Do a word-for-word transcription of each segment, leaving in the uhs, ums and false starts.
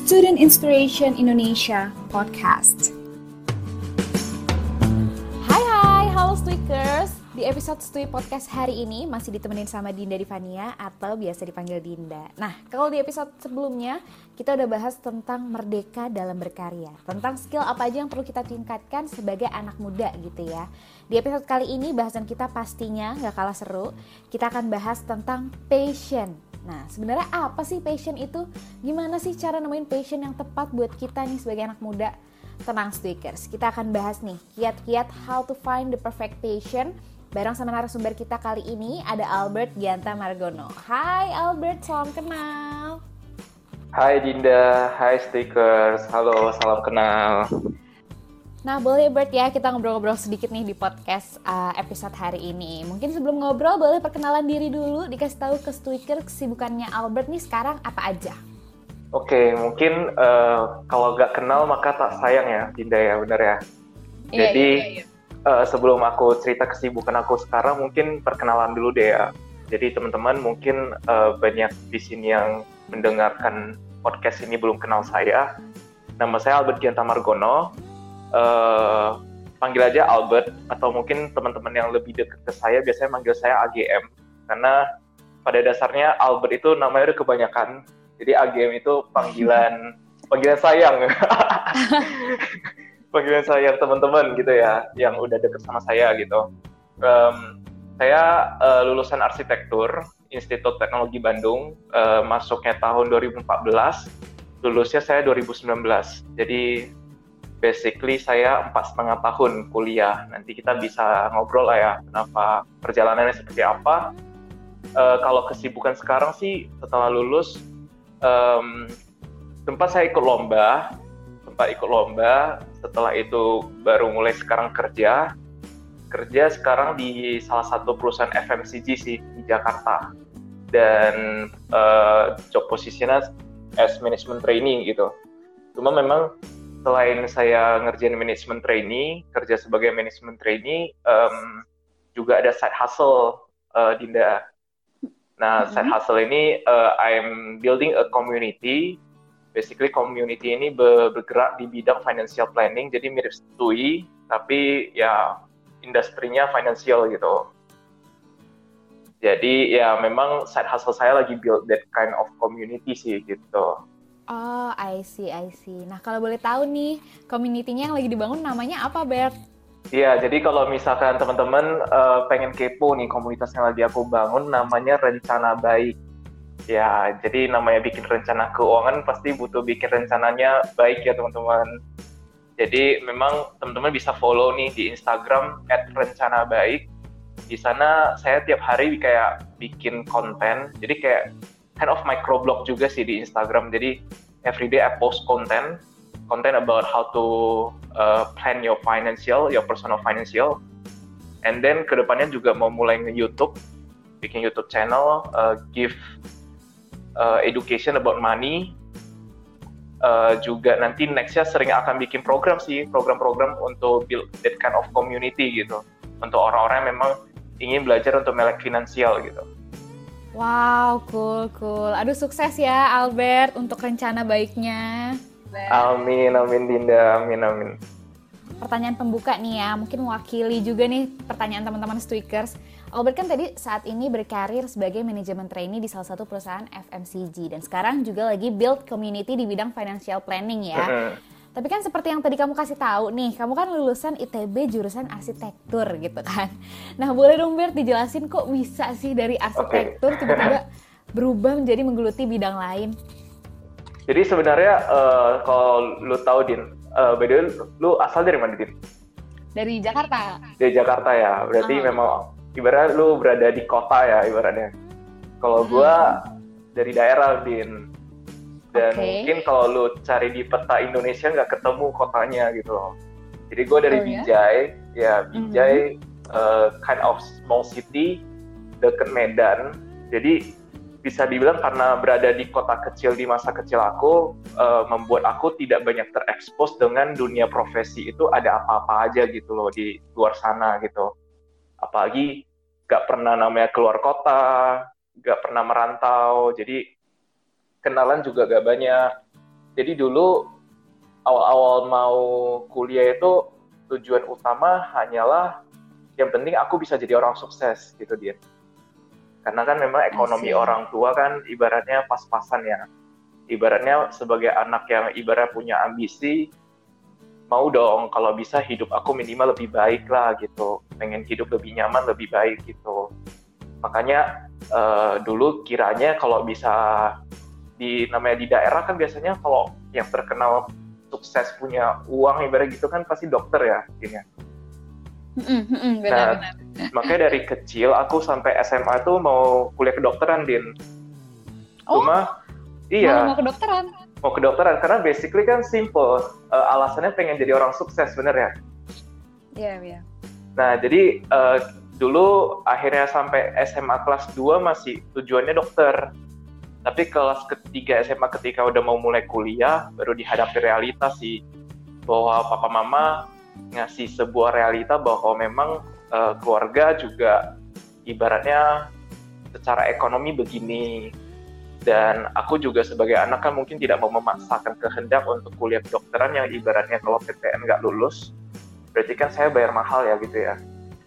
Student Inspiration Indonesia Podcast. Hai hai, halo Stwikers. Di episode Stwi Podcast hari ini masih ditemenin sama Dinda Divania atau biasa dipanggil Dinda. Nah, kalau di episode sebelumnya kita udah bahas tentang merdeka dalam berkarya, tentang skill apa aja yang perlu kita tingkatkan sebagai anak muda gitu ya. Di episode kali ini bahasan kita pastinya gak kalah seru. Kita akan bahas tentang passion. Nah, sebenarnya apa sih passion itu? Gimana sih cara nemuin passion yang tepat buat kita nih sebagai anak muda? Tenang Stwikers, kita akan bahas nih kiat-kiat how to find the perfect passion. Bareng sama narasumber kita kali ini ada Albert Gianta Margono. Hai Albert, salam kenal. Hai Dinda, hai Stwikers, halo, salam kenal. Nah boleh Bert ya, kita ngobrol-ngobrol sedikit nih di podcast uh, episode hari ini. Mungkin sebelum ngobrol boleh perkenalan diri dulu, dikasih tahu ke Stwikers kesibukannya Albert nih sekarang apa aja. Oke, mungkin uh, kalau gak kenal maka tak sayang ya Dinda ya, bener ya. Iya, Jadi iya, iya. Uh, sebelum aku cerita kesibukan aku sekarang, mungkin perkenalan dulu deh ya. Jadi teman-teman mungkin uh, banyak di sini yang mendengarkan podcast ini belum kenal saya. Nama saya Albert Gianta Margono. Uh, panggil aja Albert, atau mungkin teman-teman yang lebih dekat ke saya biasanya manggil saya A G M. Karena pada dasarnya Albert itu namanya udah kebanyakan. Jadi A G M itu panggilan panggilan sayang. Panggilan saya teman-teman gitu ya, yang udah deket sama saya gitu. Um, saya uh, lulusan arsitektur, Institut Teknologi Bandung, uh, masuknya tahun dua ribu empat belas, lulusnya saya dua ribu sembilan belas. Jadi basically saya empat setengah tahun kuliah. Nanti kita bisa ngobrol lah ya, kenapa perjalanannya seperti apa. Uh, kalau kesibukan sekarang sih setelah lulus, um, sempat saya ikut lomba, sempat ikut lomba. Setelah itu baru mulai sekarang kerja. Kerja sekarang di salah satu perusahaan F M C G sih di Jakarta. Dan uh, job posisinya as management trainee gitu. Cuma memang selain saya ngerjain management trainee, kerja sebagai management trainee, um, juga ada side hustle, uh, Dinda. Nah, mm-hmm. Side hustle ini uh, I'm building a community. Basically community ini bergerak di bidang financial planning, jadi mirip Stui, tapi ya industrinya financial gitu. Jadi ya memang side hustle saya lagi build that kind of community sih gitu. Oh, I see, I see. Nah kalau boleh tahu nih, community-nya yang lagi dibangun namanya apa, Bert? Iya, jadi kalau misalkan teman-teman uh, pengen kepo nih komunitas yang lagi aku bangun, namanya Rencana Baik. Ya, jadi namanya bikin rencana keuangan pasti butuh bikin rencananya baik ya teman-teman. Jadi memang teman-teman bisa follow nih di Instagram at rencana baik. Di sana saya tiap hari kayak bikin konten. Jadi kayak kind of microblog juga sih di Instagram. Jadi everyday I post content, content about how to uh, plan your financial, your personal financial. And then kedepannya juga mau mulai nge-YouTube, bikin YouTube channel, uh, give Uh, education about money. Uh, juga nanti nextnya sering akan bikin program sih, program-program untuk build that kind of community gitu, untuk orang-orang yang memang ingin belajar untuk melek finansial gitu. Wow, cool, cool. Aduh sukses ya Albert untuk rencana baiknya. Amin, amin Dinda, amin, amin. Pertanyaan pembuka nih ya, mungkin mewakili juga nih pertanyaan teman-teman Stwikers. Albert kan tadi saat ini berkarir sebagai manajemen trainee di salah satu perusahaan F M C G dan sekarang juga lagi build community di bidang financial planning ya. Mm-hmm. Tapi kan seperti yang tadi kamu kasih tahu nih, kamu kan lulusan I T B jurusan arsitektur gitu kan. Nah boleh dong Bert dijelasin kok bisa sih dari arsitektur okay. tiba-tiba berubah menjadi menggeluti bidang lain? Jadi sebenarnya uh, kalau lu tahu Din, uh, by the way lu asal dari mana Din? Dari Jakarta. Dari Jakarta ya, berarti uh-huh. memang ibarat lu berada di kota ya ibaratnya. Kalau gue hmm. dari daerah Din, dan okay. mungkin kalau lu cari di peta Indonesia nggak ketemu kotanya gitu loh. Jadi gue dari oh, Binjai, ya, ya Binjai mm-hmm. uh, kind of small city deket Medan. Jadi bisa dibilang karena berada di kota kecil di masa kecil aku, uh, membuat aku tidak banyak terekspos dengan dunia profesi itu ada apa-apa aja gitu loh di luar sana gitu. Apalagi gak pernah namanya keluar kota, gak pernah merantau, jadi kenalan juga gak banyak. jadi dulu awal-awal mau kuliah itu tujuan utama hanyalah yang penting aku bisa jadi orang sukses gitu dia. Karena kan memang ekonomi Asik. orang tua kan ibaratnya pas-pasan ya. Ibaratnya sebagai anak yang ibarat punya ambisi, mau dong kalau bisa hidup aku minimal lebih baik lah gitu. Pengen hidup lebih nyaman, lebih baik gitu. Makanya uh, dulu kiranya kalau bisa di namanya di daerah kan biasanya kalau yang terkenal sukses punya uang ibarat gitu kan pasti dokter ya gini. Mm-mm, Nah, makanya dari kecil aku sampai S M A tuh mau kuliah kedokteran, Din. Oh, Cuma iya mau kedokteran? Mau kedokteran karena basically kan simple, uh, alasannya pengen jadi orang sukses bener ya. Iya, yeah, iya. Yeah. Nah, jadi uh, dulu akhirnya sampai S M A kelas dua masih tujuannya dokter. Tapi kelas ketiga S M A ketika udah mau mulai kuliah, baru dihadapi realitas sih. Bahwa papa mama ngasih sebuah realita bahwa memang uh, keluarga juga ibaratnya secara ekonomi begini. Dan aku juga sebagai anak kan mungkin tidak mau memaksakan kehendak untuk kuliah kedokteran yang ibaratnya kalau P T N nggak lulus, berarti kan saya bayar mahal ya gitu ya.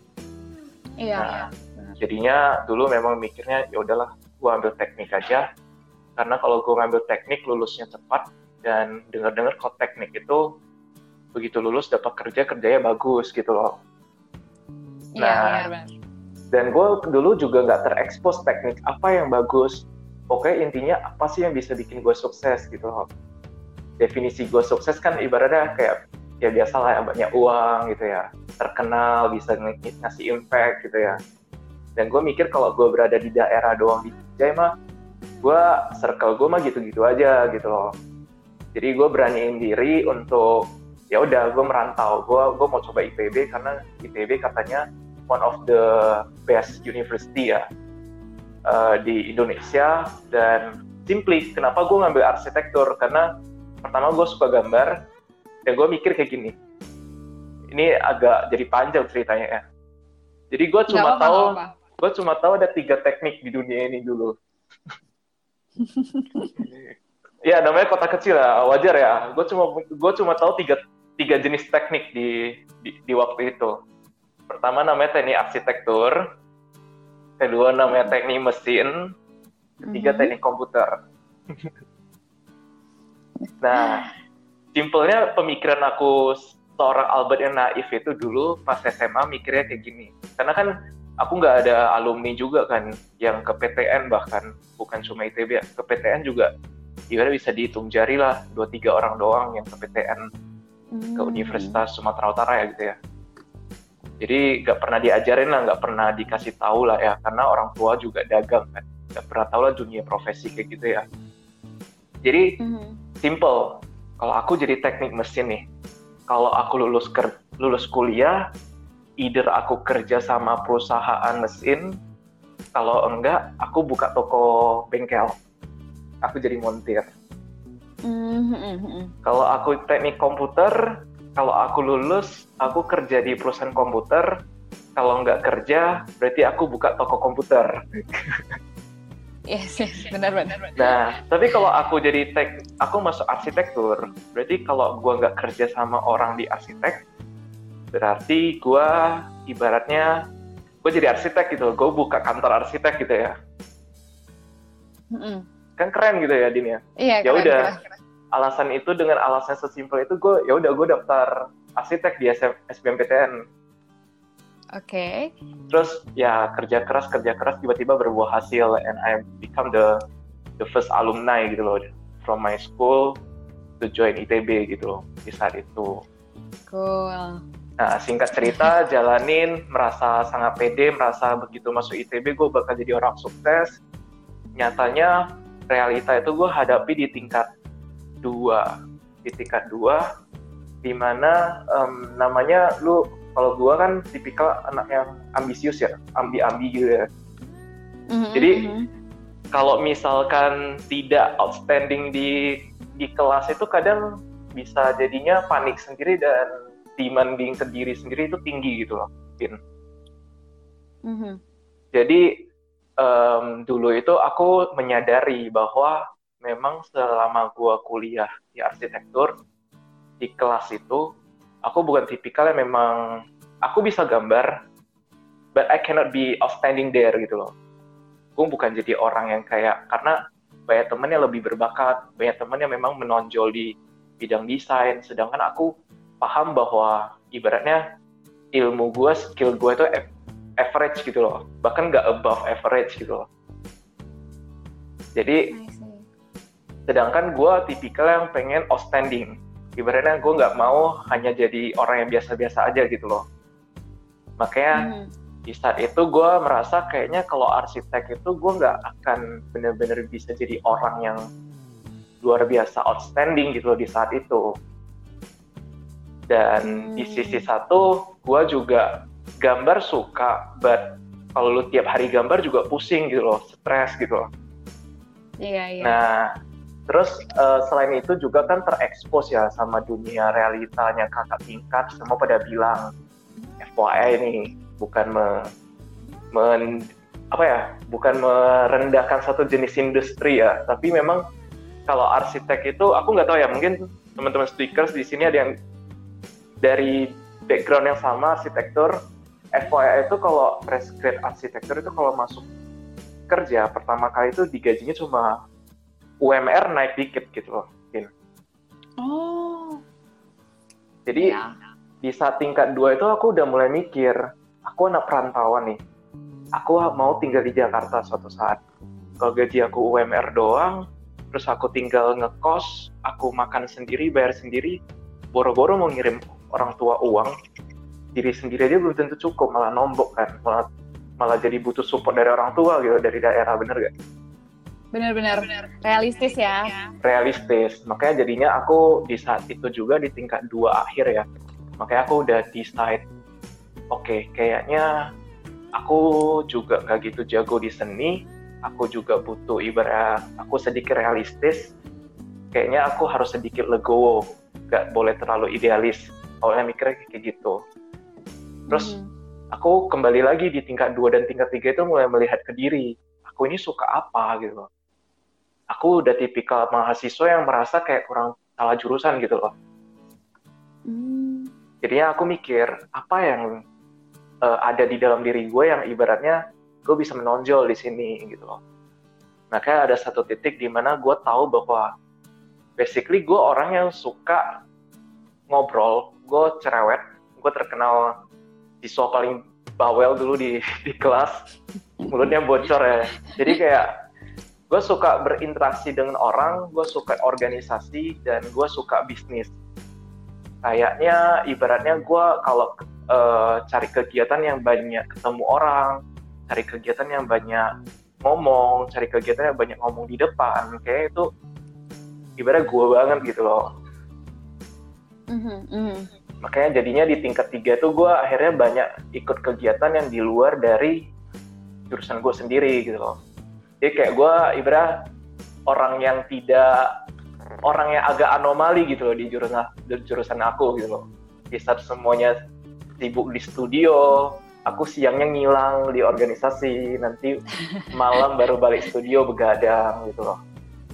Iya. Nah, jadinya dulu memang mikirnya ya udahlah, gue ambil teknik aja. Karena kalau gue ngambil teknik lulusnya cepat dan dengar-dengar kalau teknik itu begitu lulus dapat kerja kerjanya bagus gitu loh. Iya, nah, benar-benar. Dan gue dulu juga nggak terekspos teknik apa yang bagus. Pokoknya intinya apa sih yang bisa bikin gue sukses gitu loh. Definisi gue sukses kan ibaratnya kayak ya biasalah ya banyak uang gitu ya, terkenal, bisa ng- ngasih impact gitu ya. Dan gue mikir kalau gue berada di daerah doang di Jaya mah, gue circle gue mah gitu-gitu aja gitu loh. Jadi gue beraniin diri untuk ya udah gue merantau. Gue gue mau coba I P B karena I P B katanya one of the best university ya. Uh, di Indonesia. Dan simply kenapa gue ngambil arsitektur karena pertama gue suka gambar dan gue mikir kayak gini, ini agak jadi panjang ceritanya ya. Jadi gue cuma apa-apa, tahu apa-apa. gue cuma tahu ada tiga teknik di dunia ini dulu. Ya namanya kota kecil ya, wajar ya. Gue cuma gue cuma tahu tiga tiga jenis teknik di, di di waktu itu. Pertama namanya teknik arsitektur, kedua namanya teknik mesin, ketiga mm-hmm. teknik komputer. Nah, simpelnya pemikiran aku seorang Albert yang naif itu dulu pas S M A mikirnya kayak gini. Karena kan aku nggak ada alumni juga kan yang ke P T N, bahkan bukan cuma I T B, ke P T N juga ya bisa dihitung jari lah, dua tiga orang doang yang ke P T N, mm. ke Universitas Sumatera Utara ya gitu ya. Jadi nggak pernah diajarin lah, nggak pernah dikasih tahu lah ya, karena orang tua juga dagang kan, nggak pernah tahu lah dunia profesi kayak gitu ya. Jadi mm-hmm. simple, kalau aku jadi teknik mesin nih, kalau aku lulus ker- lulus kuliah, either aku kerja sama perusahaan mesin, kalau enggak aku buka toko bengkel, aku jadi montir. Mm-hmm. Kalau aku teknik komputer, kalau aku lulus, aku kerja di perusahaan komputer. Kalau nggak kerja, berarti aku buka toko komputer. Yes, yes, benar-benar. Nah, tapi kalau aku jadi tek, aku masuk arsitektur, berarti kalau gue nggak kerja sama orang di arsitek, berarti gue ibaratnya, gue jadi arsitek gitu, gue buka kantor arsitek gitu ya. Mm-hmm. Kan keren gitu ya, Din ya? Iya, ya udah. Alasan itu dengan alasan sesimpel itu gue ya udah gue daftar arsitek di S B M P T N. Oke. Okay. Terus ya kerja keras kerja keras tiba-tiba berbuah hasil and I become the the first alumni gitu loh from my school to join I T B gitu loh di saat itu. Cool. Nah singkat cerita jalanin, merasa sangat pede, merasa begitu masuk I T B gue bakal jadi orang sukses. Nyatanya realita itu gue hadapi di tingkat dua, di tingkat dua, di mana um, namanya lu, kalau gue kan tipikal anak yang ambisius ya, ambi-ambi gitu ya. Mm-hmm. Jadi kalau misalkan tidak outstanding di di kelas itu kadang bisa jadinya panik sendiri dan demanding ke diri sendiri itu tinggi gitu loh, Pin. Mm-hmm. Jadi um, dulu itu aku menyadari bahwa memang selama gue kuliah di arsitektur, di kelas itu, aku bukan tipikal yang memang, aku bisa gambar, but I cannot be outstanding there gitu loh. Gue bukan jadi orang yang kayak, karena banyak temen yang lebih berbakat, banyak temen yang memang menonjol di bidang desain, sedangkan aku paham bahwa ibaratnya ilmu gue, skill gue itu average gitu loh, bahkan nggak above average gitu loh. Jadi, sedangkan gue tipikal yang pengen outstanding. Ibaratnya gue nggak mau hanya jadi orang yang biasa-biasa aja gitu loh. Makanya hmm. di saat itu gue merasa kayaknya kalau arsitek itu gue nggak akan benar-benar bisa jadi orang yang luar biasa outstanding gitu loh di saat itu. Dan hmm. di sisi satu gue juga gambar suka, but kalau lu tiap hari gambar juga pusing gitu loh, stres gitu loh. Iya, iya. Nah, terus uh, selain itu juga kan terekspos ya sama dunia realitanya kakak tingkat, semua pada bilang F Y I nih bukan me, men, apa ya, bukan merendahkan satu jenis industri ya, tapi memang kalau arsitek itu aku nggak tahu ya, mungkin teman-teman speakers di sini ada yang dari background yang sama arsitektur. F Y I itu kalau fresh grade arsitektur itu kalau masuk kerja pertama kali itu digajinya cuma U M R naik dikit gitu loh. Oh. Jadi ya. Di saat tingkat dua itu aku udah mulai mikir, aku anak perantauan nih. Aku mau tinggal di Jakarta suatu saat. Kalau gaji aku U M R doang, terus aku tinggal ngekos, aku makan sendiri, bayar sendiri, boro-boro mau ngirim orang tua uang, diri sendiri aja belum tentu cukup, malah nombok kan, malah malah jadi butuh support dari orang tua gitu, dari daerah, bener gak? Benar-benar realistis ya. Realistis, makanya jadinya aku di saat itu juga di tingkat dua akhir ya, makanya aku udah decide, oke okay, kayaknya aku juga gak gitu jago di seni, aku juga butuh ibarat, aku sedikit realistis, kayaknya aku harus sedikit legowo, gak boleh terlalu idealis, awalnya mikirnya kayak gitu. Terus hmm. aku kembali lagi di tingkat dua dan tingkat tiga itu mulai melihat ke diri, aku ini suka apa gitu loh. Aku udah tipikal mahasiswa yang merasa kayak kurang salah jurusan gitu loh. Hmm. Jadinya aku mikir, apa yang uh, ada di dalam diri gue yang ibaratnya gue bisa menonjol di sini gitu loh. Makanya ada satu titik di mana gue tahu bahwa basically gue orang yang suka ngobrol, gue cerewet, gue terkenal siswa paling bawel dulu di, di kelas, mulutnya bocor ya. Jadi kayak gue suka berinteraksi dengan orang, gue suka organisasi, dan gue suka bisnis. Kayaknya ibaratnya gue kalau uh, cari kegiatan yang banyak ketemu orang, cari kegiatan yang banyak ngomong, cari kegiatan yang banyak ngomong di depan, kayak itu ibarat gue banget gitu loh. Mm-hmm, mm-hmm. Makanya jadinya di tingkat tiga tuh gue akhirnya banyak ikut kegiatan yang di luar dari jurusan gue sendiri gitu loh. Jadi kayak gue ibarat orang yang tidak, orang yang agak anomali gitu loh di jurusan, di jurusan aku gitu loh. Di saat semuanya sibuk di studio, aku siangnya ngilang di organisasi, nanti malam baru balik studio begadang gitu loh.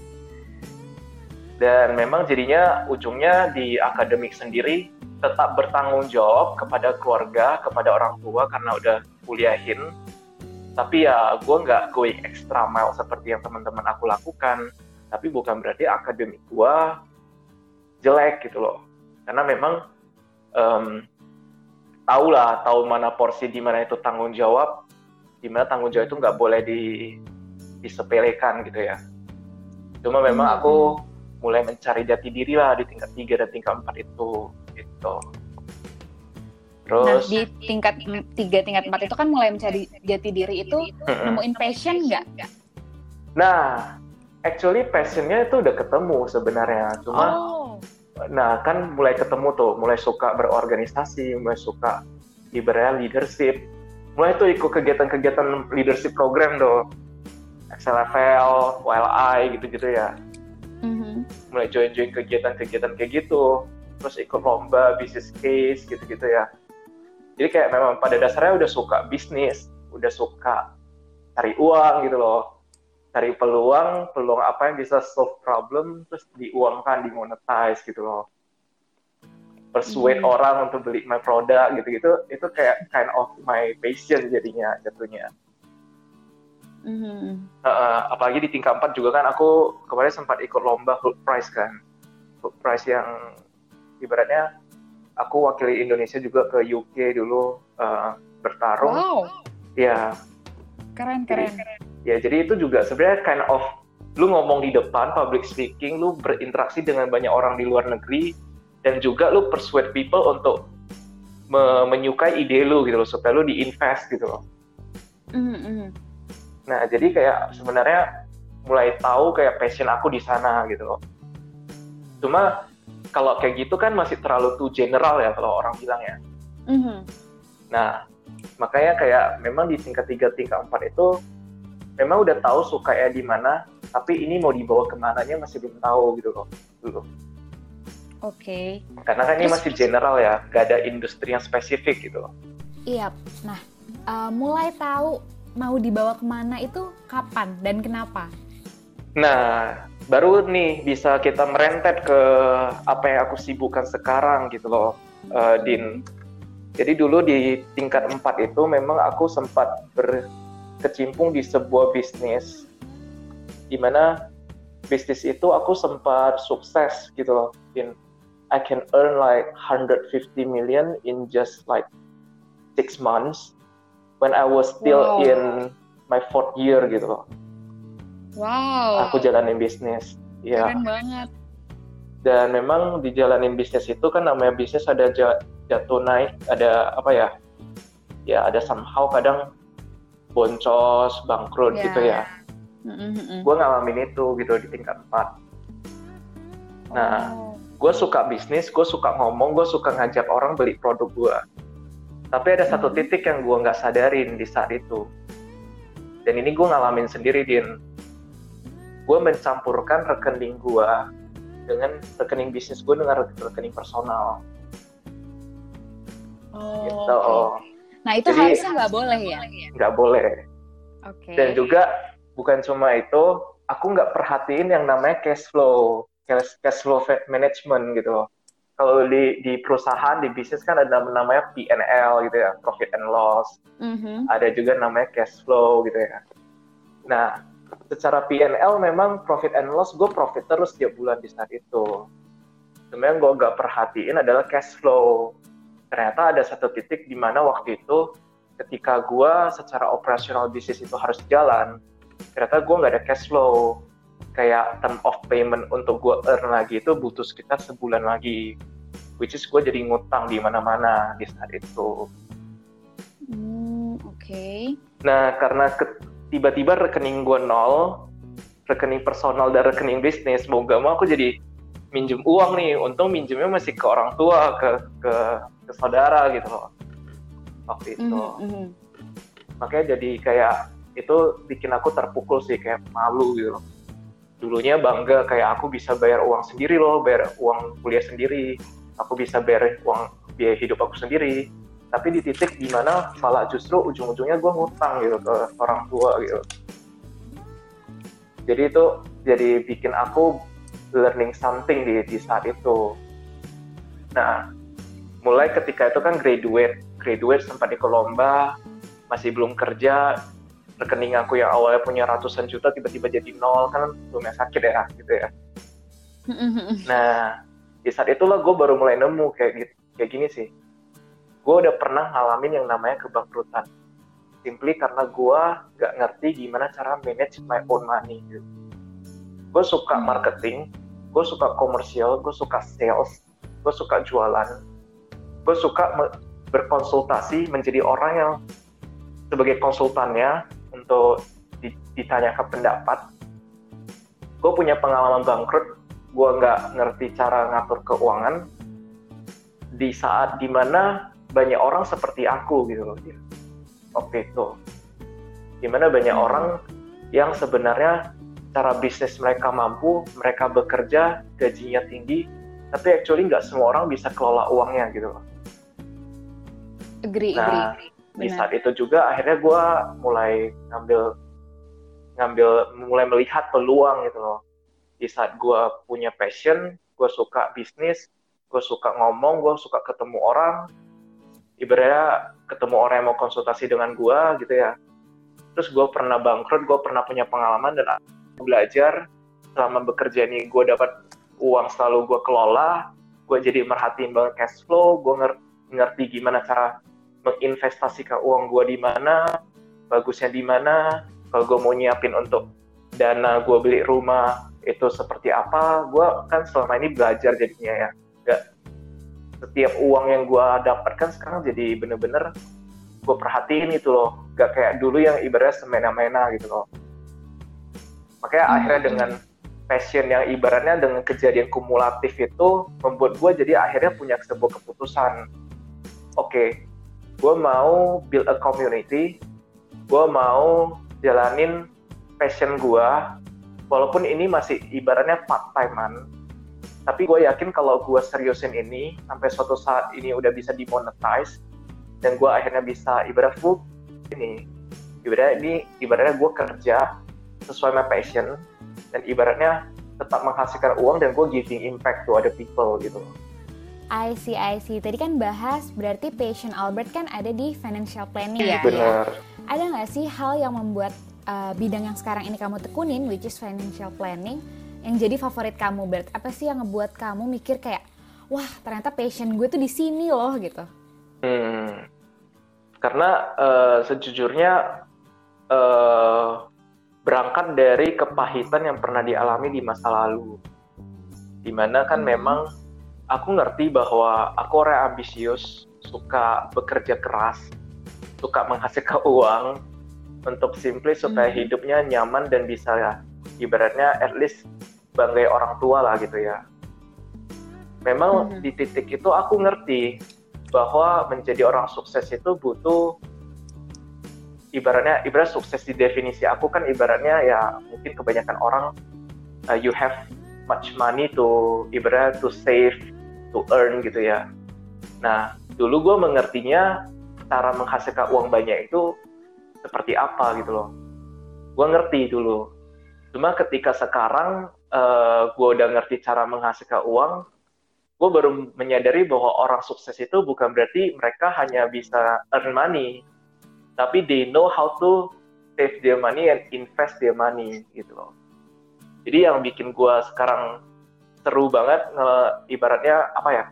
Dan memang jadinya ujungnya di akademik sendiri tetap bertanggung jawab kepada keluarga, kepada orang tua karena udah kuliahin. Tapi ya gue nggak going extra mile seperti yang teman-teman aku lakukan. Tapi bukan berarti akademik gue jelek gitu loh. Karena memang um, tahu lah, tahu mana porsi di mana itu tanggung jawab, di mana tanggung jawab itu nggak boleh di, disepelekan gitu ya. Cuma memang aku mulai mencari jati diri lah di tingkat tiga dan tingkat empat itu gitu. Terus nah, di tingkat tiga, tingkat empat itu kan mulai mencari jati diri itu mm-mm. nemuin passion nggak? Nah, actually passionnya itu udah ketemu sebenarnya. Cuma, oh. nah kan mulai ketemu tuh, mulai suka berorganisasi, mulai suka ibaratnya leadership. Mulai tuh ikut kegiatan-kegiatan leadership program tuh. X L F L, W L I gitu-gitu ya. Mm-hmm. Mulai join-join kegiatan-kegiatan kayak gitu. Terus ikut lomba, business case gitu-gitu ya. Jadi kayak memang pada dasarnya udah suka bisnis, udah suka cari uang gitu loh. cari peluang, peluang apa yang bisa solve problem, terus diuangkan, dimonetize gitu loh. Persuade hmm. orang untuk beli my product gitu-gitu, itu kayak kind of my passion jadinya jatuhnya. Mm-hmm. Uh, apalagi di tingkat empat juga kan, aku kemarin sempat ikut lomba Hood Prize kan. Hood Prize yang ibaratnya aku wakili Indonesia juga ke U K dulu uh, bertarung. Wow. Ya. Keren, keren. Jadi, ya, jadi itu juga sebenarnya kind of lu ngomong di depan, public speaking, lu berinteraksi dengan banyak orang di luar negeri, dan juga lu persuade people untuk me- menyukai ide lu gitu loh, supaya lu di-invest gitu loh. Mm-hmm. Nah, jadi kayak sebenarnya mulai tahu kayak passion aku di sana gitu loh. Cuma kalau kayak gitu kan masih terlalu too general ya kalau orang bilang ya. Mm-hmm. Nah, makanya kayak memang di tingkat tiga, tingkat empat itu memang udah tahu sukanya di mana, tapi ini mau dibawa kemananya masih belum tahu gitu loh dulu. Oke. Okay. Karena kan ini masih general ya, gak ada industri yang spesifik gitu loh. Iya. Nah, uh, mulai tahu mau dibawa kemana itu kapan dan kenapa? Nah, baru nih bisa kita merentet ke apa yang aku sibukkan sekarang gitu loh, uh, Din. Jadi dulu di tingkat empat itu memang aku sempat berkecimpung di sebuah bisnis, di mana bisnis itu aku sempat sukses gitu loh, Din. I can earn like one hundred fifty million in just like six months when I was still wow. in my fourth year gitu loh. Wow. Aku jalanin bisnis. Ya. Keren banget. Dan memang di jalanin bisnis itu kan namanya bisnis ada jatuh naik, ada apa ya? Ya ada somehow kadang boncos, bangkrut yeah. gitu ya. Mm-hmm. Gue ngalamin itu gitu di tingkat empat. Nah, oh. gue suka bisnis, gue suka ngomong, gue suka ngajak orang beli produk gue. Tapi ada satu mm-hmm. titik yang gue nggak sadarin di saat itu. Dan ini gue ngalamin sendiri, Din. Gue mencampurkan rekening gue dengan rekening bisnis gue dengan rekening personal. Oh, gitu. Okay. Nah itu Jadi, harusnya nggak boleh ya? Nggak boleh. Oke. Okay. Dan juga bukan cuma itu, aku nggak perhatiin yang namanya cash flow, cash, cash flow management gitu. Kalau di, di perusahaan, di bisnis kan ada namanya P and L gitu ya, profit and loss. Mm-hmm. Ada juga namanya cash flow gitu ya. Nah, secara P and L memang profit and loss gue profit terus tiap bulan di saat itu. Sebenarnya gue gak perhatiin adalah cash flow. Ternyata ada satu titik di mana waktu itu ketika gue secara operasional bisnis itu harus jalan, ternyata gue gak ada cash flow. Kayak term of payment untuk gue earn lagi itu butuh sekitar sebulan lagi. Which is gue jadi ngutang di mana-mana di saat itu. Hmm, oke. Okay. Nah, karena ke- tiba-tiba rekening gue nol, rekening personal dan rekening bisnis, mau gak mau aku jadi minjem uang nih. Untung minjemnya masih ke orang tua, ke ke, ke saudara gitu loh waktu itu. Mm-hmm. Makanya jadi kayak itu bikin aku terpukul sih, kayak malu gitu loh. Dulunya bangga kayak aku bisa bayar uang sendiri loh, bayar uang kuliah sendiri, aku bisa bayar uang biaya hidup aku sendiri. Tapi di titik dimana malah justru ujung-ujungnya gue ngutang gitu ke orang tua gitu. Jadi itu jadi bikin aku learning something di, di saat itu. Nah, mulai ketika itu kan graduate, graduate sempat ikut lomba, masih belum kerja, rekening aku yang awalnya punya ratusan juta tiba-tiba jadi nol, kan lumayan sakit ya gitu ya. Nah, di saat itulah gue baru mulai nemu kayak gitu, kayak gini sih. Gue udah pernah ngalamin yang namanya kebangkrutan. Simply karena gue gak ngerti gimana cara manage my own money gitu. Gue suka marketing, gue suka komersial, gue suka sales, gue suka jualan, gue suka me- berkonsultasi menjadi orang yang sebagai konsultannya untuk ditanyakan pendapat. Gue punya pengalaman bangkrut, gue nggak ngerti cara ngatur keuangan di saat dimana banyak orang seperti aku gitu loh. Oke itu, dimana banyak hmm. orang yang sebenarnya cara bisnis mereka mampu, mereka bekerja, gajinya tinggi, tapi actually nggak semua orang bisa kelola uangnya gitu loh. Agree, nah, agree. Di saat itu juga akhirnya gue mulai ngambil ngambil mulai melihat peluang gitu loh. Di saat gue punya passion, gue suka bisnis, gue suka ngomong, gue suka ketemu orang, ibaratnya ketemu orang yang mau konsultasi dengan gue gitu ya. Terus gue pernah bangkrut, gue pernah punya pengalaman dan belajar selama bekerja ini gue dapat uang selalu gue kelola, gue jadi merhatiin banget cash flow, gue ngerti, ngerti gimana cara menginvestasikan uang gue di mana, bagusnya di mana, kalau gue mau nyiapin untuk dana gue beli rumah itu seperti apa, gue kan selama ini belajar jadinya ya, gak setiap uang yang gue dapatkan sekarang jadi bener-bener gue perhatiin itu loh, gak kayak dulu yang ibaratnya semena-mena gitu loh. Makanya hmm. akhirnya dengan passion yang ibaratnya dengan kejadian kumulatif itu membuat gue jadi akhirnya punya sebuah keputusan. Oke, okay, gue mau build a community, gue mau jalanin passion gue, walaupun ini masih ibaratnya part-time-an, tapi gue yakin kalau gue seriusin ini, sampai suatu saat ini udah bisa dimonetize, dan gue akhirnya bisa ibarat full ini, ibaratnya ini ibaratnya gue kerja sesuai my passion, dan ibaratnya tetap menghasilkan uang dan gue giving impact to other people gitu. I see, I see. Tadi kan bahas berarti passion Albert kan ada di financial planning ya. Benar. Ada nggak sih hal yang membuat uh, bidang yang sekarang ini kamu tekunin, which is financial planning, yang jadi favorit kamu, Bert? Apa sih yang ngebuat kamu mikir kayak, wah ternyata passion gue tuh di sini loh gitu? Hmm, karena uh, sejujurnya uh, berangkat dari kepahitan yang pernah dialami di masa lalu, dimana kan hmm. memang aku ngerti bahwa aku orang ambisius, suka bekerja keras, suka menghasilkan uang untuk simply supaya hmm. hidupnya nyaman dan bisa ya, ibaratnya at least banggai orang tua lah gitu ya. Memang hmm. di titik itu aku ngerti bahwa menjadi orang sukses itu butuh ibaratnya, ibarat sukses di definisi aku kan ibaratnya ya mungkin kebanyakan orang uh, you have much money to ibarat to save, to earn gitu ya. Nah dulu gue mengertinya cara menghasilkan uang banyak itu seperti apa gitu loh. Gue ngerti dulu. Cuma ketika sekarang uh, gue udah ngerti cara menghasilkan uang, gue baru menyadari bahwa orang sukses itu bukan berarti mereka hanya bisa earn money, tapi they know how to save their money and invest their money gitu loh. Jadi yang bikin gue sekarang seru banget, nge- ibaratnya apa ya,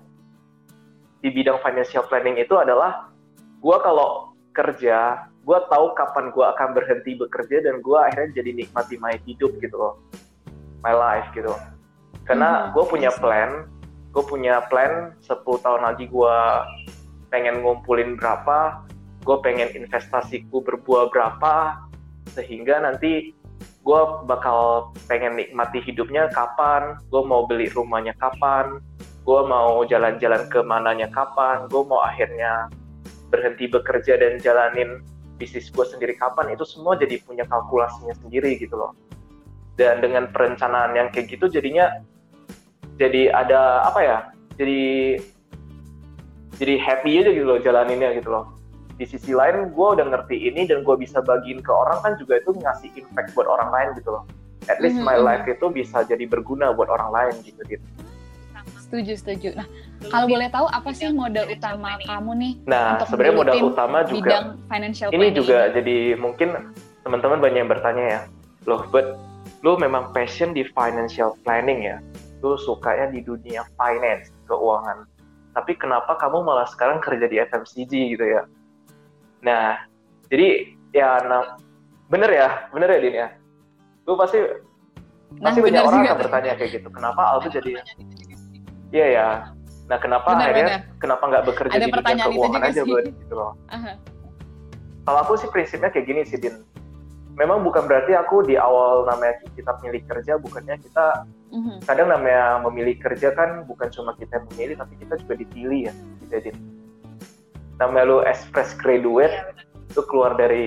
di bidang financial planning itu adalah gue kalau kerja, gue tahu kapan gue akan berhenti bekerja dan gue akhirnya jadi nikmati my hidup gitu loh, my life gitu. Karena mm-hmm. gue punya plan, gue punya plan sepuluh tahun lagi gue pengen ngumpulin berapa, gue pengen investasiku berbuah berapa, sehingga nanti gue bakal pengen nikmati hidupnya kapan, gue mau beli rumahnya kapan, gue mau jalan-jalan ke mananya kapan, gue mau akhirnya berhenti bekerja dan jalanin bisnis gue sendiri kapan, itu semua jadi punya kalkulasinya sendiri gitu loh. Dan dengan perencanaan yang kayak gitu jadinya jadi ada apa ya, jadi jadi happy aja gitu loh jalaninnya gitu loh. Di sisi lain gue udah ngerti ini dan gue bisa bagiin ke orang kan juga itu ngasih impact buat orang lain gitu loh. At least mm-hmm. my life itu bisa jadi berguna buat orang lain gitu gitu. Setuju, setuju. Nah, kalau boleh tahu apa sih modal utama kamu nih? Nah, sebenarnya modal utama juga bidang financial ini planning juga ini. Jadi mungkin teman-teman banyak yang bertanya ya, loh, but lu memang passion di financial planning ya, lu sukanya di dunia finance, keuangan. Tapi kenapa kamu malah sekarang kerja di F M C G gitu ya? Nah, jadi ya, nah, bener ya, bener ya Din ya. Lu pasti nah, pasti banyak orang juga. akan bertanya kayak gitu. Kenapa Aldo jadi? Iya ya. Nah, kenapa bener, akhirnya bener. kenapa nggak bekerja ada di bidang keuangan aja, buat gitu loh. Uh-huh. Kalau aku sih prinsipnya kayak gini sih, Din. Memang bukan berarti aku di awal namanya kita milih kerja, bukannya kita uh-huh. kadang namanya memilih kerja kan bukan cuma kita yang memilih, tapi kita juga dipilih ya, gitu, Din. Namanya lu as fresh graduate, ya, lu keluar dari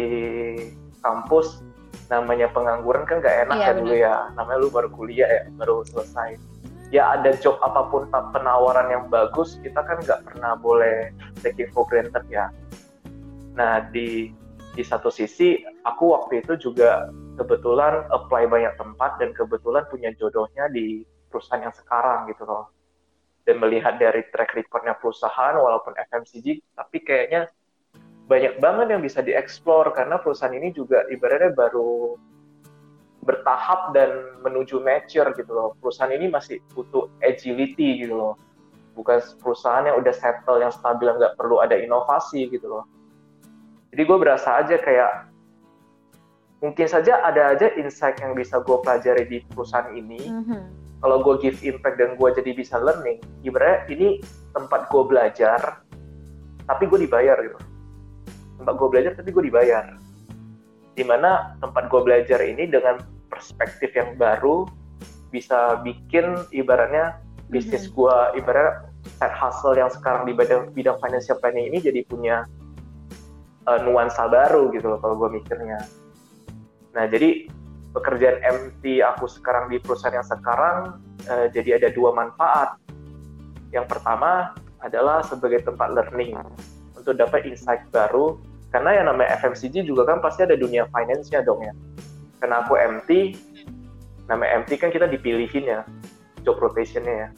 kampus, namanya pengangguran kan nggak enak ya, kan dulu ya. Namanya lu baru kuliah ya, baru selesai. Ya ada job apapun penawaran yang bagus, kita kan nggak pernah boleh take it for granted ya. Nah di di satu sisi aku waktu itu juga kebetulan apply banyak tempat dan kebetulan punya jodohnya di perusahaan yang sekarang gitu loh. Dan melihat dari track record-nya perusahaan, walaupun F M C G, tapi kayaknya banyak banget yang bisa dieksplor, karena perusahaan ini juga ibaratnya baru bertahap dan menuju mature gitu loh. Perusahaan ini masih butuh agility gitu loh. Bukan perusahaan yang udah settle, yang stabil, yang nggak perlu ada inovasi gitu loh. Jadi gue berasa aja kayak, mungkin saja ada aja insight yang bisa gue pelajari di perusahaan ini. Mm-hmm. Kalau gue give impact dan gue jadi bisa learning, ibaratnya ini tempat gue belajar, tapi gue dibayar gitu. Tempat gue belajar, tapi gue dibayar. Dimana tempat gue belajar ini dengan perspektif yang baru, bisa bikin ibaratnya bisnis gue, ibaratnya side hustle yang sekarang di bidang, bidang financial planning ini jadi punya uh, nuansa baru gitu loh kalau gue mikirnya. Nah, jadi pekerjaan M T aku sekarang di perusahaan yang sekarang, uh, jadi ada dua manfaat. Yang pertama adalah sebagai tempat learning, untuk dapat insight baru, karena yang namanya F M C G juga kan pasti ada dunia finance-nya dong ya. Karena aku M T, namanya M T kan kita dipilihin ya, job rotation-nya ya.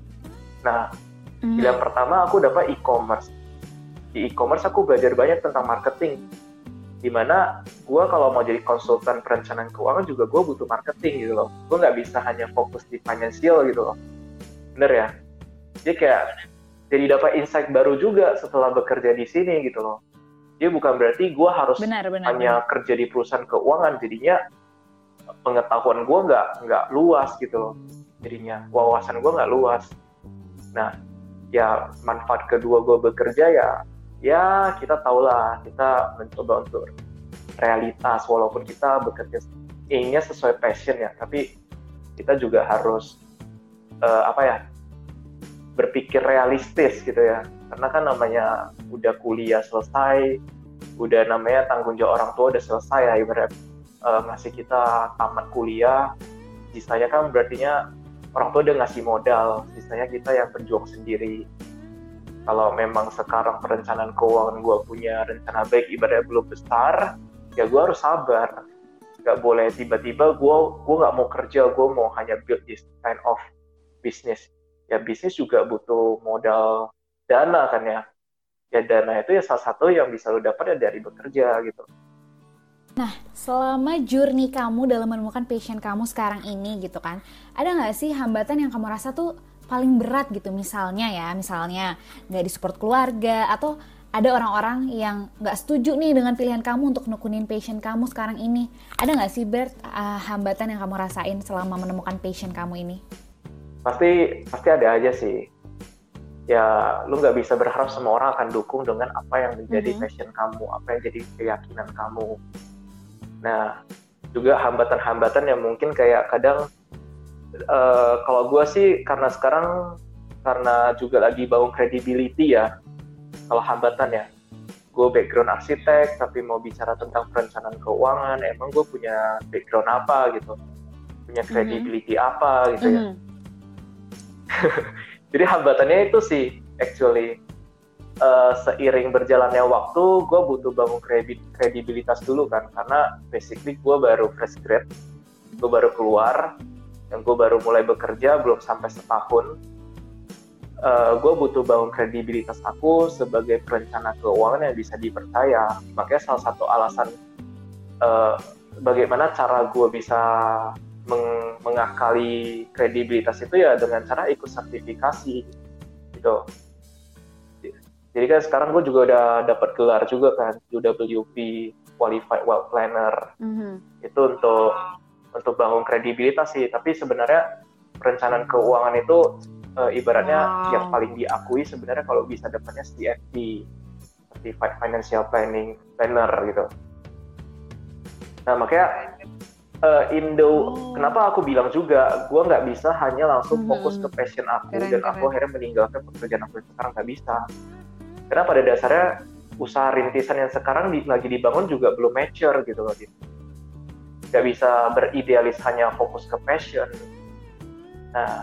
Nah, mm-hmm. pilihan pertama aku dapat e-commerce. Di e-commerce aku belajar banyak tentang marketing, dimana gue kalau mau jadi konsultan perencanaan keuangan juga gue butuh marketing gitu loh. Gue nggak bisa hanya fokus di financial gitu loh. Bener ya? Jadi kayak jadi dapat insight baru juga setelah bekerja di sini gitu loh. Jadi bukan berarti gue harus benar, benar, hanya benar. kerja di perusahaan keuangan, jadinya pengetahuan gue nggak nggak luas gitu loh. Jadinya wawasan gue nggak luas. Nah, ya manfaat kedua gue bekerja ya ya kita tahulah, kita mencoba untuk realitas, walaupun kita bekerja inginnya sesuai passion ya, tapi kita juga harus uh, apa ya berpikir realistis gitu ya, karena kan namanya udah kuliah selesai, udah namanya tanggung jawab orang tua udah selesai ya, ibarat uh, ngasih kita tamat kuliah, sisanya kan berartinya orang tua udah ngasih modal, sisanya kita yang berjuang sendiri. Kalau memang sekarang perencanaan keuangan gue punya rencana baik, ibaratnya belum besar, ya gue harus sabar. Gak boleh tiba-tiba gue gue nggak mau kerja, gue mau hanya build this kind of business. Ya bisnis juga butuh modal dana kan ya. Ya dana itu ya salah satu yang bisa lo dapat ya dari bekerja gitu. Nah, selama journey kamu dalam menemukan passion kamu sekarang ini gitu kan, ada nggak sih hambatan yang kamu rasa tuh paling berat gitu, misalnya ya, misalnya nggak disupport keluarga, atau ada orang-orang yang nggak setuju nih dengan pilihan kamu untuk nekunin passion kamu sekarang ini. Ada nggak sih Bert uh, hambatan yang kamu rasain selama menemukan passion kamu ini? Pasti pasti ada aja sih. Ya, lu nggak bisa berharap semua orang akan dukung dengan apa yang menjadi mm-hmm. passion kamu, apa yang jadi keyakinan kamu. Nah, juga hambatan-hambatan yang mungkin kayak kadang Uh, kalau gue sih karena sekarang karena juga lagi bangun credibility ya, kalau hambatan ya, gue background arsitek tapi mau bicara tentang perencanaan keuangan, emang gue punya background apa gitu, punya credibility mm-hmm. apa gitu ya. Mm-hmm. Jadi hambatannya itu sih actually uh, seiring berjalannya waktu gue butuh bangun kredibilitas dulu kan, karena basically gue baru fresh grad, gue baru keluar, yang gue baru mulai bekerja belum sampai setahun, uh, gue butuh bangun kredibilitas aku sebagai perencana keuangan yang bisa dipercaya. Makanya salah satu alasan uh, bagaimana cara gue bisa meng- mengakali kredibilitas itu ya dengan cara ikut sertifikasi gitu. Jadi kan sekarang gue juga udah dapat gelar juga kan, U W P Qualified Wealth Planner. Mm-hmm. Itu untuk untuk bangun kredibilitas sih, tapi sebenarnya perencanaan keuangan itu e, ibaratnya wow. yang paling diakui sebenarnya kalau bisa dapatnya C F P, Certified Financial Planning Planner gitu. Nah makanya e, Indo, oh. kenapa aku bilang juga, gue nggak bisa hanya langsung mm-hmm. fokus ke passion aku keren, dan keren. aku akhirnya meninggalkan pekerjaan aku sekarang, nggak bisa. Karena pada dasarnya usaha rintisan yang sekarang di, lagi dibangun juga belum mature gitu loh. Gitu. Gak bisa beridealis hanya fokus ke passion. Nah,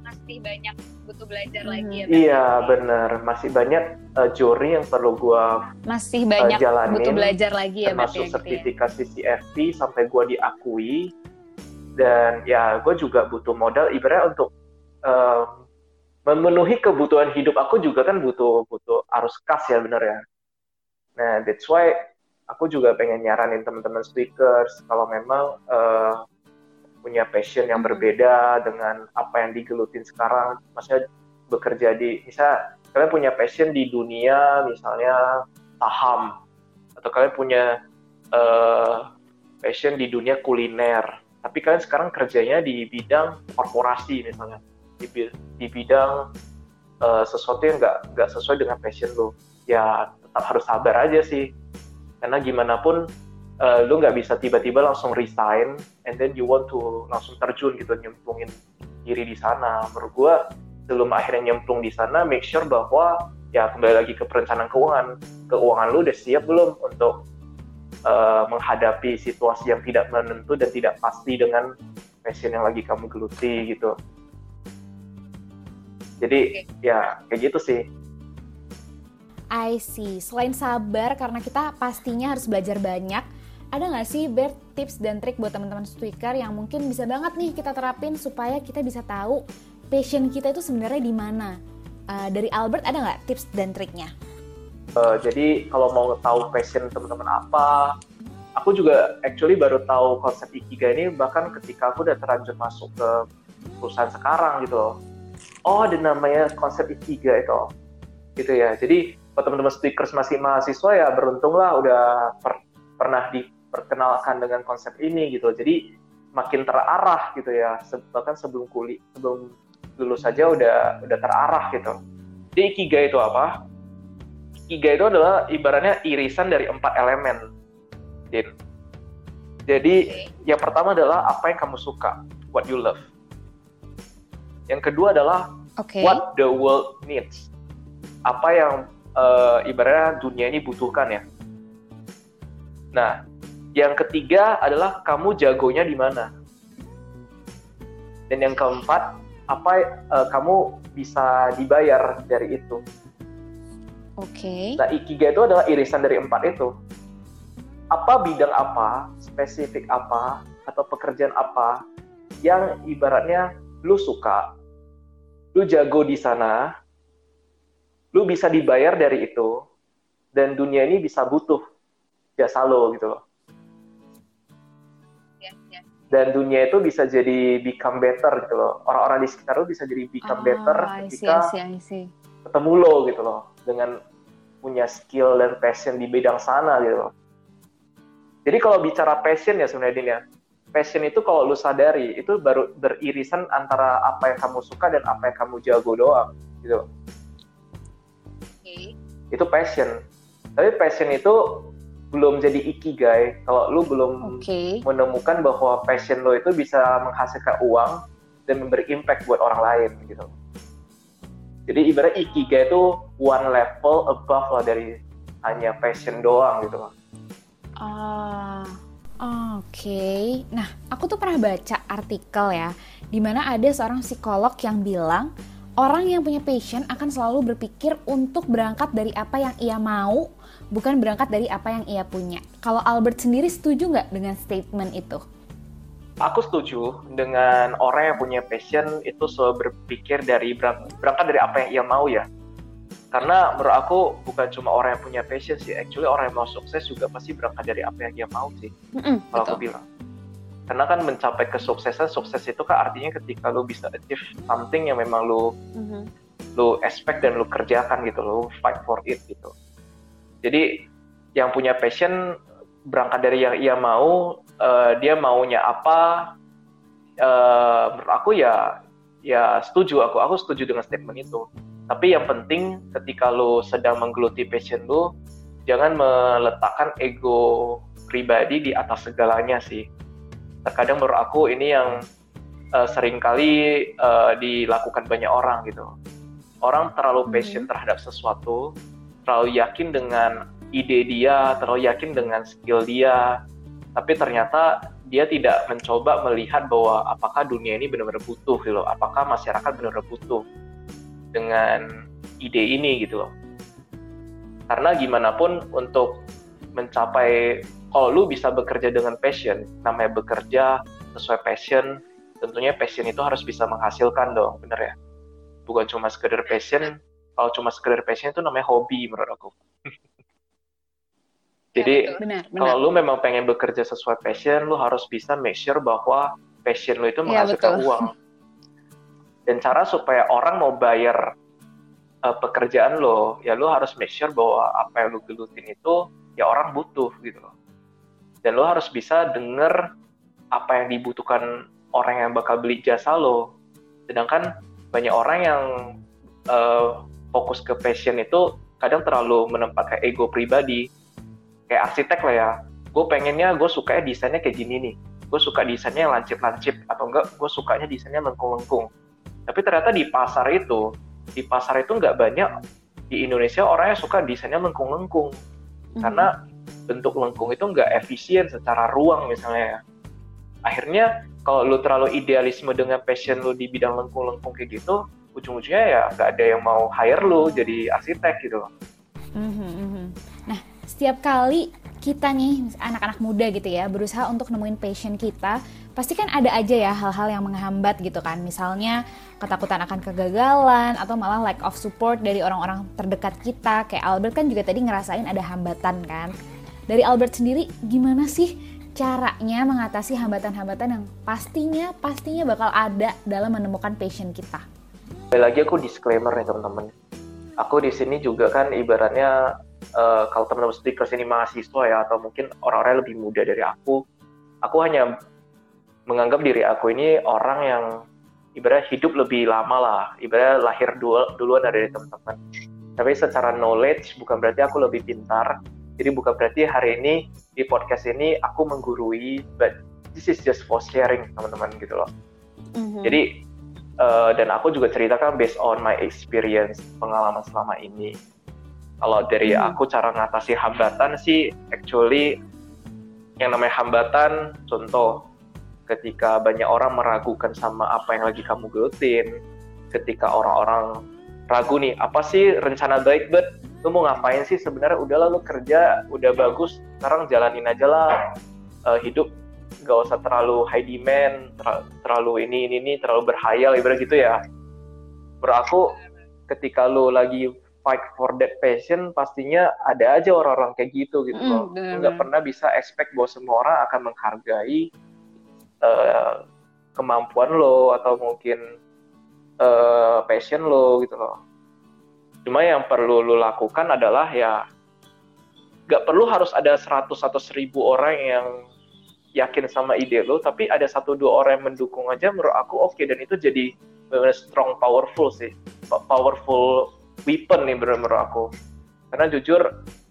masih banyak butuh belajar hmm. lagi ya. Iya benar, masih banyak uh, journey yang perlu gue masih banyak uh, jalanin, butuh belajar lagi ya, termasuk ya, sertifikasi gitu ya. C F P sampai gue diakui. Dan ya gue juga butuh modal ibaratnya untuk uh, memenuhi kebutuhan hidup aku juga kan butuh butuh arus kas ya benar ya. Nah that's why aku juga pengen nyaranin teman-teman speakers kalau memang uh, punya passion yang berbeda dengan apa yang digelutin sekarang, maksudnya bekerja di, misal kalian punya passion di dunia misalnya saham, atau kalian punya uh, passion di dunia kuliner, tapi kalian sekarang kerjanya di bidang korporasi misalnya, di, di bidang uh, sesuatu yang nggak nggak sesuai dengan passion lo, ya tetap harus sabar aja sih, karena gimana pun uh, lo nggak bisa tiba-tiba langsung resign and then you want to langsung terjun gitu nyemplungin diri di sana. Menurut gue sebelum akhirnya nyemplung di sana, make sure bahwa ya kembali lagi ke perencanaan keuangan, keuangan lo udah siap belum untuk uh, menghadapi situasi yang tidak menentu dan tidak pasti dengan passion yang lagi kamu geluti gitu. Jadi ya kayak gitu sih. I see. Selain sabar karena kita pastinya harus belajar banyak, ada nggak sih Bert tips dan trik buat teman-teman speaker yang mungkin bisa banget nih kita terapin supaya kita bisa tahu passion kita itu sebenarnya di mana? Uh, dari Albert ada nggak tips dan triknya? Uh, jadi kalau mau tahu passion teman-teman apa, aku juga actually baru tahu konsep Ikigai ini bahkan ketika aku udah terlanjur masuk ke perusahaan sekarang gitu loh. Oh, ada namanya konsep Ikigai itu, gitu ya. Jadi kalau teman-teman speakers masih mahasiswa ya beruntunglah udah per, pernah diperkenalkan dengan konsep ini gitu. Jadi makin terarah gitu ya. Bahkan sebelum kuliah, sebelum lulus saja udah udah terarah gitu. Jadi Ikigai itu apa? Ikigai itu adalah ibaratnya irisan dari empat elemen, Din. Jadi yang pertama adalah apa yang kamu suka, what you love. Yang kedua adalah okay. what the world needs, apa yang uh, ibaratnya dunia ini butuhkan ya. Nah, yang ketiga adalah kamu jagonya di mana. Dan yang keempat, apa uh, kamu bisa dibayar dari itu. Oke. Okay. Nah, Ikigai itu adalah irisan dari empat itu. Apa bidang apa, spesifik apa, atau pekerjaan apa yang ibaratnya lu suka, lu jago di sana, lu bisa dibayar dari itu, dan dunia ini bisa butuh jasa lo gitu loh. Ya, ya. Dan dunia itu bisa jadi become better gitu loh. Orang-orang di sekitar lo bisa jadi become oh, better ketika I see, I see. ketemu lo gitu loh, dengan punya skill dan passion di bidang sana gitu loh. Jadi kalau bicara passion ya sebenarnya Din ya, passion itu kalau lu sadari itu baru beririsan antara apa yang kamu suka dan apa yang kamu jago doang gitu. Okay. Itu passion. Tapi passion itu belum jadi Ikigai kalau lu belum okay. menemukan bahwa passion lo itu bisa menghasilkan uang dan memberi impact buat orang lain gitu. Jadi ibarat Ikigai itu one level above lah dari hanya passion doang gitu loh. Ah, oke. Okay. Nah, aku tuh pernah baca artikel ya, di mana ada seorang psikolog yang bilang orang yang punya passion akan selalu berpikir untuk berangkat dari apa yang ia mau, bukan berangkat dari apa yang ia punya. Kalau Albert sendiri setuju nggak dengan statement itu? Aku setuju dengan orang yang punya passion itu selalu berpikir dari berangkat dari apa yang ia mau ya. Karena menurut aku bukan cuma orang yang punya passion sih, actually orang yang mau sukses juga pasti berangkat dari apa yang dia mau sih. Mm-mm, kalau betul. Aku bilang. Karena kan mencapai kesuksesan, sukses itu kan artinya ketika lu bisa achieve something yang memang lu mm-hmm. lu expect dan lu kerjakan gitu, lu fight for it gitu. Jadi yang punya passion berangkat dari yang ia mau, uh, dia maunya apa, uh, menurut aku ya ya setuju aku, aku setuju dengan statement itu. Tapi yang penting ketika lu sedang menggeluti passion lu, jangan meletakkan ego pribadi di atas segalanya sih. Terkadang menurut aku ini yang uh, seringkali uh, dilakukan banyak orang gitu. Orang terlalu passion mm-hmm. terhadap sesuatu, terlalu yakin dengan ide dia, terlalu yakin dengan skill dia, tapi ternyata dia tidak mencoba melihat bahwa apakah dunia ini benar-benar butuh gitu loh, apakah masyarakat benar-benar butuh dengan ide ini gitu loh. Karena gimana pun untuk mencapai, kalau lu bisa bekerja dengan passion, namanya bekerja sesuai passion, tentunya passion itu harus bisa menghasilkan dong, bener ya? Bukan cuma sekedar passion, kalau cuma sekedar passion itu namanya hobi menurut aku. Jadi ya, benar, benar. kalau lu memang pengen bekerja sesuai passion, lu harus bisa make sure bahwa passion lu itu menghasilkan ya, uang. Dan cara supaya orang mau bayar uh, pekerjaan lo, ya lu harus make sure bahwa apa yang lu gelutin itu ya orang butuh gitu loh. Dan lu harus bisa denger apa yang dibutuhkan orang yang bakal beli jasa lo. Sedangkan banyak orang yang uh, fokus ke passion itu kadang terlalu menempatkan ego pribadi. Kayak arsitek lah ya, gue pengennya, gue sukanya desainnya kayak gini nih, gue suka desainnya yang lancip-lancip, atau enggak gue sukanya desainnya lengkung-lengkung. Tapi ternyata di pasar itu, di pasar itu nggak banyak di Indonesia orang yang suka desainnya lengkung-lengkung, mm-hmm. karena bentuk lengkung itu nggak efisien secara ruang misalnya. Akhirnya kalau lu terlalu idealisme dengan passion lu di bidang lengkung-lengkung kayak gitu, ujung-ujungnya ya nggak ada yang mau hire lu jadi arsitek gitu. Mm-hmm. Nah, setiap kali kita nih anak-anak muda gitu ya berusaha untuk nemuin passion kita, pasti kan ada aja ya hal-hal yang menghambat gitu kan. Misalnya ketakutan akan kegagalan atau malah lack of support dari orang-orang terdekat kita. Kayak Albert kan juga tadi ngerasain ada hambatan kan. Dari Albert sendiri gimana sih caranya mengatasi hambatan-hambatan yang pastinya pastinya bakal ada dalam menemukan passion kita? Lagi aku disclaimer nih teman-teman. Aku di sini juga kan ibaratnya Uh, kalau teman-teman speakers ini mahasiswa ya, atau mungkin orang-orang lebih muda dari aku, aku hanya menganggap diri aku ini orang yang ibaratnya hidup lebih lama lah, ibaratnya lahir dulu, duluan dari teman-teman. Tapi secara knowledge bukan berarti aku lebih pintar, jadi bukan berarti hari ini di podcast ini aku menggurui, but this is just for sharing teman-teman gitu loh. Mm-hmm. Jadi uh, dan aku juga ceritakan based on my experience, pengalaman selama ini. Kalau dari hmm. aku cara ngatasi hambatan sih, actually yang namanya hambatan, contoh ketika banyak orang meragukan sama apa yang lagi kamu gelutin, ketika orang-orang ragu nih, apa sih rencana baik, bet, lu mau ngapain sih sebenarnya, udahlah lu kerja, udah bagus, sekarang jalanin aja lah, uh, hidup gak usah terlalu high demand, ter- terlalu ini, ini, ini, terlalu berhayal, ibarat gitu ya. Menurut aku, ketika lu lagi fight for that passion, pastinya ada aja orang-orang kayak gitu gitu loh. Mm, nggak pernah bisa expect bahwa semua orang akan menghargai uh, kemampuan lo atau mungkin uh, passion lo gitu loh. Cuma yang perlu lo lakukan adalah ya nggak perlu harus ada seratus atau seribu orang yang yakin sama ide lo, tapi ada satu dua orang yang mendukung aja menurut aku oke, okay. Dan itu jadi benar-benar strong, powerful sih, powerful weapon nih bener-bener aku. Karena jujur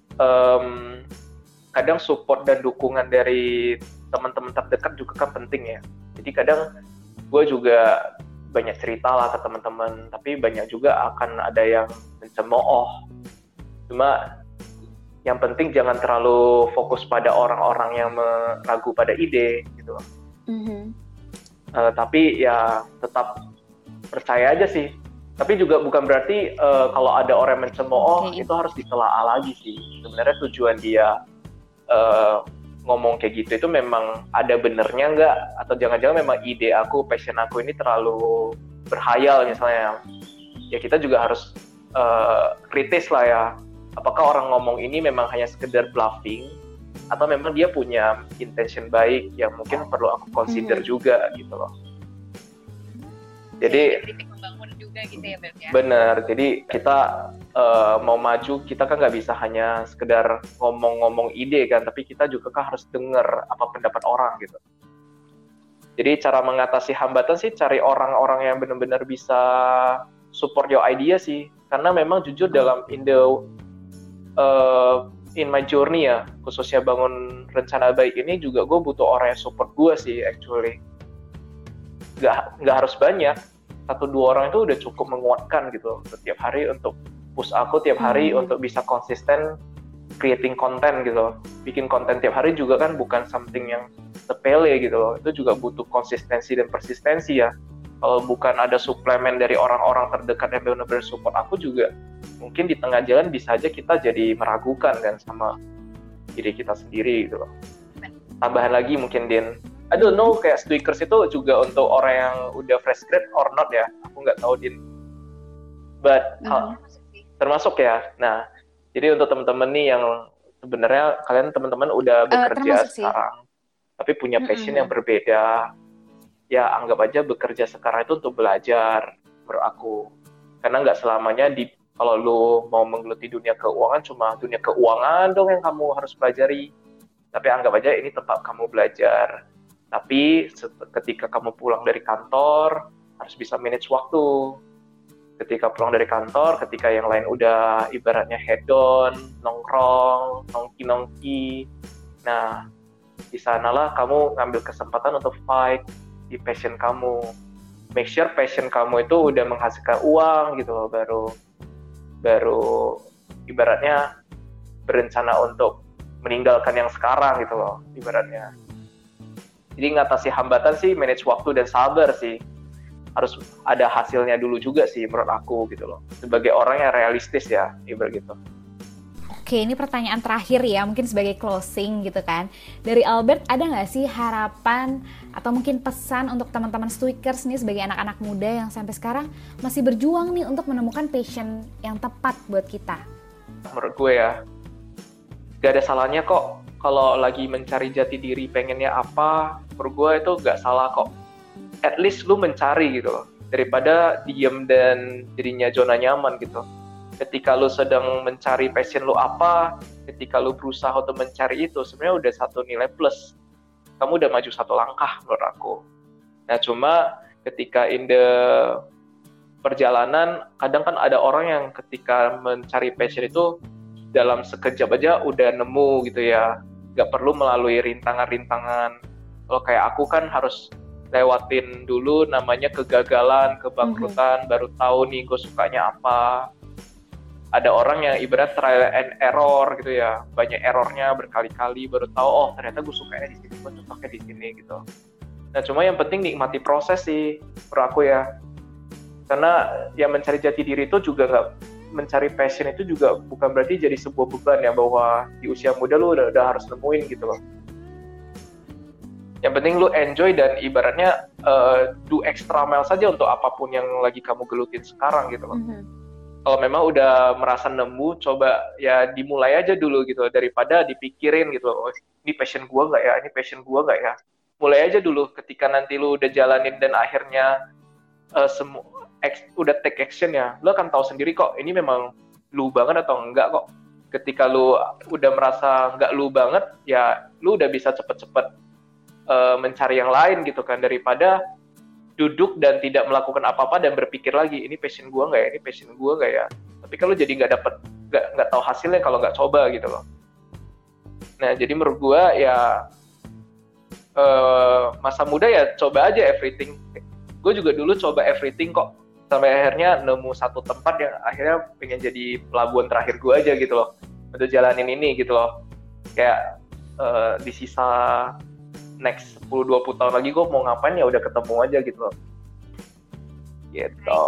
um, kadang support dan dukungan dari teman-teman terdekat juga kan penting ya. Jadi kadang gue juga banyak cerita lah ke teman-teman, tapi banyak juga akan ada yang mencemooh. Cuma yang penting jangan terlalu fokus pada orang-orang yang meragu pada ide gitu. Mm-hmm. Uh, tapi ya tetap percaya aja sih. Tapi juga bukan berarti uh, kalau ada orang yang mencemooh okay. itu harus ditelaah lagi sih. Sebenarnya tujuan dia uh, ngomong kayak gitu itu memang ada benernya nggak? Atau jangan-jangan memang ide aku, passion aku ini terlalu berhayal misalnya. Ya kita juga harus uh, kritis lah ya. Apakah orang ngomong ini memang hanya sekedar bluffing? Atau memang dia punya intention baik yang mungkin perlu aku consider mm-hmm. juga gitu loh. Jadi gitu ya, Beb, ya? Bener, jadi kita uh, mau maju, kita kan nggak bisa hanya sekedar ngomong-ngomong ide kan, tapi kita juga kan harus dengar apa pendapat orang gitu. Jadi cara mengatasi hambatan sih cari orang-orang yang benar-benar bisa support your idea sih, karena memang jujur dalam in the uh, in my journey ya, khususnya bangun rencana baik ini juga gue butuh orang yang support gue sih actually. Nggak nggak harus banyak. Satu dua orang itu udah cukup menguatkan gitu setiap hari untuk push aku tiap hari hmm. untuk bisa konsisten creating content gitu. Bikin konten tiap hari juga kan bukan something yang sepele gitu loh. Itu juga butuh konsistensi dan persistensi ya. Kalau bukan ada suplemen dari orang-orang terdekat yang benar-benar support aku juga, mungkin di tengah jalan bisa aja kita jadi meragukan kan sama diri kita sendiri gitu loh. Tambahan lagi mungkin Din, I don't know kayak Tweakers itu juga untuk orang yang udah fresh grad or not ya, aku nggak tahu Din. But mm-hmm. termasuk ya. Nah, jadi untuk teman-teman nih yang sebenarnya kalian teman-teman udah bekerja uh, sekarang, tapi punya passion mm-hmm. yang berbeda. Ya anggap aja bekerja sekarang itu untuk belajar menurut aku, karena nggak selamanya di kalau lu mau menggeluti dunia keuangan cuma dunia keuangan dong yang kamu harus pelajari, tapi anggap aja ini tempat kamu belajar. Tapi ketika kamu pulang dari kantor harus bisa manage waktu. Ketika pulang dari kantor, ketika yang lain udah ibaratnya head on, nongkrong, nongki-nongki, nah di sanalah kamu ngambil kesempatan untuk fight di passion kamu. Make sure passion kamu itu udah menghasilkan uang gitu loh, baru baru ibaratnya berencana untuk meninggalkan yang sekarang gitu loh ibaratnya. Jadi ngatasi hambatan sih manage waktu dan sabar sih. Harus ada hasilnya dulu juga sih menurut aku gitu loh. Sebagai orang yang realistis ya, ibarat gitu. Oke, ini pertanyaan terakhir ya, mungkin sebagai closing gitu kan. Dari Albert, ada nggak sih harapan atau mungkin pesan untuk teman-teman Tweakers nih sebagai anak-anak muda yang sampai sekarang masih berjuang nih untuk menemukan passion yang tepat buat kita? Menurut gue ya, gak ada salahnya kok kalau lagi mencari jati diri pengennya apa, menurut gue itu gak salah kok. At least lu mencari gitu loh, daripada diem dan jadinya zona nyaman gitu. Ketika lu sedang mencari passion lu apa, ketika lu berusaha untuk mencari itu, sebenarnya udah satu nilai plus. Kamu udah maju satu langkah menurut aku. Nah cuma ketika in the perjalanan, kadang kan ada orang yang ketika mencari passion itu dalam sekejap aja udah nemu gitu ya. Gak perlu melalui rintangan-rintangan. Kalau kayak aku kan harus lewatin dulu namanya kegagalan, kebangkrutan, mm-hmm. baru tahu nih gue sukanya apa. Ada orang yang ibarat trial and error gitu ya, banyak errornya berkali-kali baru tahu oh ternyata gue sukanya di sini, gue cocoknya di sini gitu. Nah cuma yang penting nikmati proses sih menurut aku ya, karena yang mencari jati diri itu juga nggak, mencari passion itu juga bukan berarti jadi sebuah beban ya, bahwa di usia muda lu udah, udah harus nemuin gitu loh. Yang penting lu enjoy dan ibaratnya uh, do extra mile saja untuk apapun yang lagi kamu gelutin sekarang gitu loh. Mm-hmm. Kalau memang udah merasa nemu, coba ya dimulai aja dulu gitu, daripada dipikirin gitu, oh ini passion gua nggak ya, ini passion gua nggak ya. Mulai aja dulu, ketika nanti lu udah jalanin dan akhirnya uh, semu- ex- udah take action ya, lu akan tahu sendiri kok ini memang lu banget atau enggak kok. Ketika lu udah merasa nggak lu banget, ya lu udah bisa cepet-cepet uh, mencari yang lain gitu kan, daripada duduk dan tidak melakukan apa-apa dan berpikir lagi ini passion gue nggak ya, ini passion gue nggak ya. Tapi kalau jadi nggak dapet, nggak nggak tahu hasilnya kalau nggak coba gitu loh. Nah jadi menurut gue ya uh, masa muda ya coba aja everything. Gue juga dulu coba everything kok, sampai akhirnya nemu satu tempat yang akhirnya pengen jadi pelabuhan terakhir gue aja gitu loh untuk jalanin ini gitu loh. Kayak uh, di sisa next sepuluh dua puluh tahun lagi gue mau ngapain ya udah ketemu aja gitu loh. Gitu.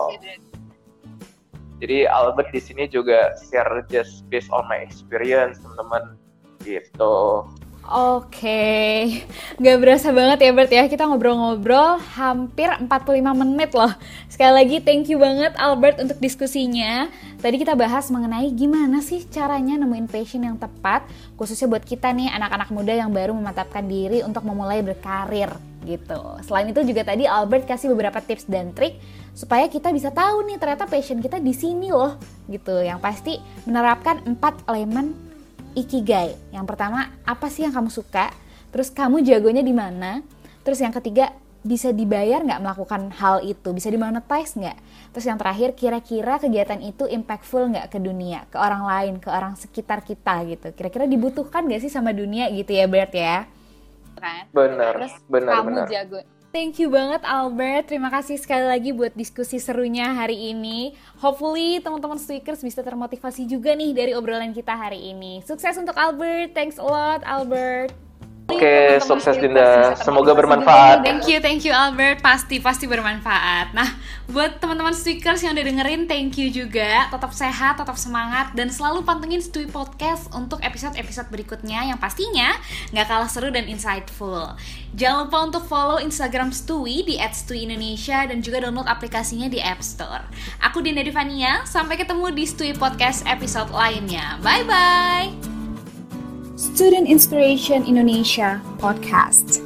Jadi Albert di sini juga share just based on my experience teman-teman gitu. Oke, gak berasa banget ya Bert ya, kita ngobrol-ngobrol hampir empat puluh lima menit loh. Sekali lagi thank you banget Albert untuk diskusinya. Tadi kita bahas mengenai gimana sih caranya nemuin passion yang tepat, khususnya buat kita nih anak-anak muda yang baru memantapkan diri untuk memulai berkarir gitu. Selain itu juga tadi Albert kasih beberapa tips dan trik supaya kita bisa tahu nih ternyata passion kita di sini loh gitu. Yang pasti menerapkan empat elemen Ikigai. Yang pertama, apa sih yang kamu suka? Terus kamu jagonya di mana? Terus yang ketiga, bisa dibayar nggak melakukan hal itu? Bisa dimonetize nggak? Terus yang terakhir, kira-kira kegiatan itu impactful nggak ke dunia, ke orang lain, ke orang sekitar kita gitu? Kira-kira dibutuhkan nggak sih sama dunia gitu ya Bert ya? Benar, Terus benar, kamu benar. jago. Thank you banget Albert, terima kasih sekali lagi buat diskusi serunya hari ini. Hopefully teman-teman Tweakers bisa termotivasi juga nih dari obrolan kita hari ini. Sukses untuk Albert, thanks a lot Albert. Oke, teman-teman sukses Speakers Dinda. bisa ketemu Semoga lagi. bermanfaat. Thank you, thank you Albert. Pasti, pasti bermanfaat. Nah, buat teman-teman Speakers yang udah dengerin, thank you juga. Tetap sehat, tetap semangat, dan selalu pantengin Stui Podcast untuk episode-episode berikutnya yang pastinya nggak kalah seru dan insightful. Jangan lupa untuk follow Instagram Stui di et stui indonesia dan juga download aplikasinya di App Store. Aku Dinda Divania, sampai ketemu di Stui Podcast episode lainnya. Bye-bye! Student Inspiration Indonesia Podcast.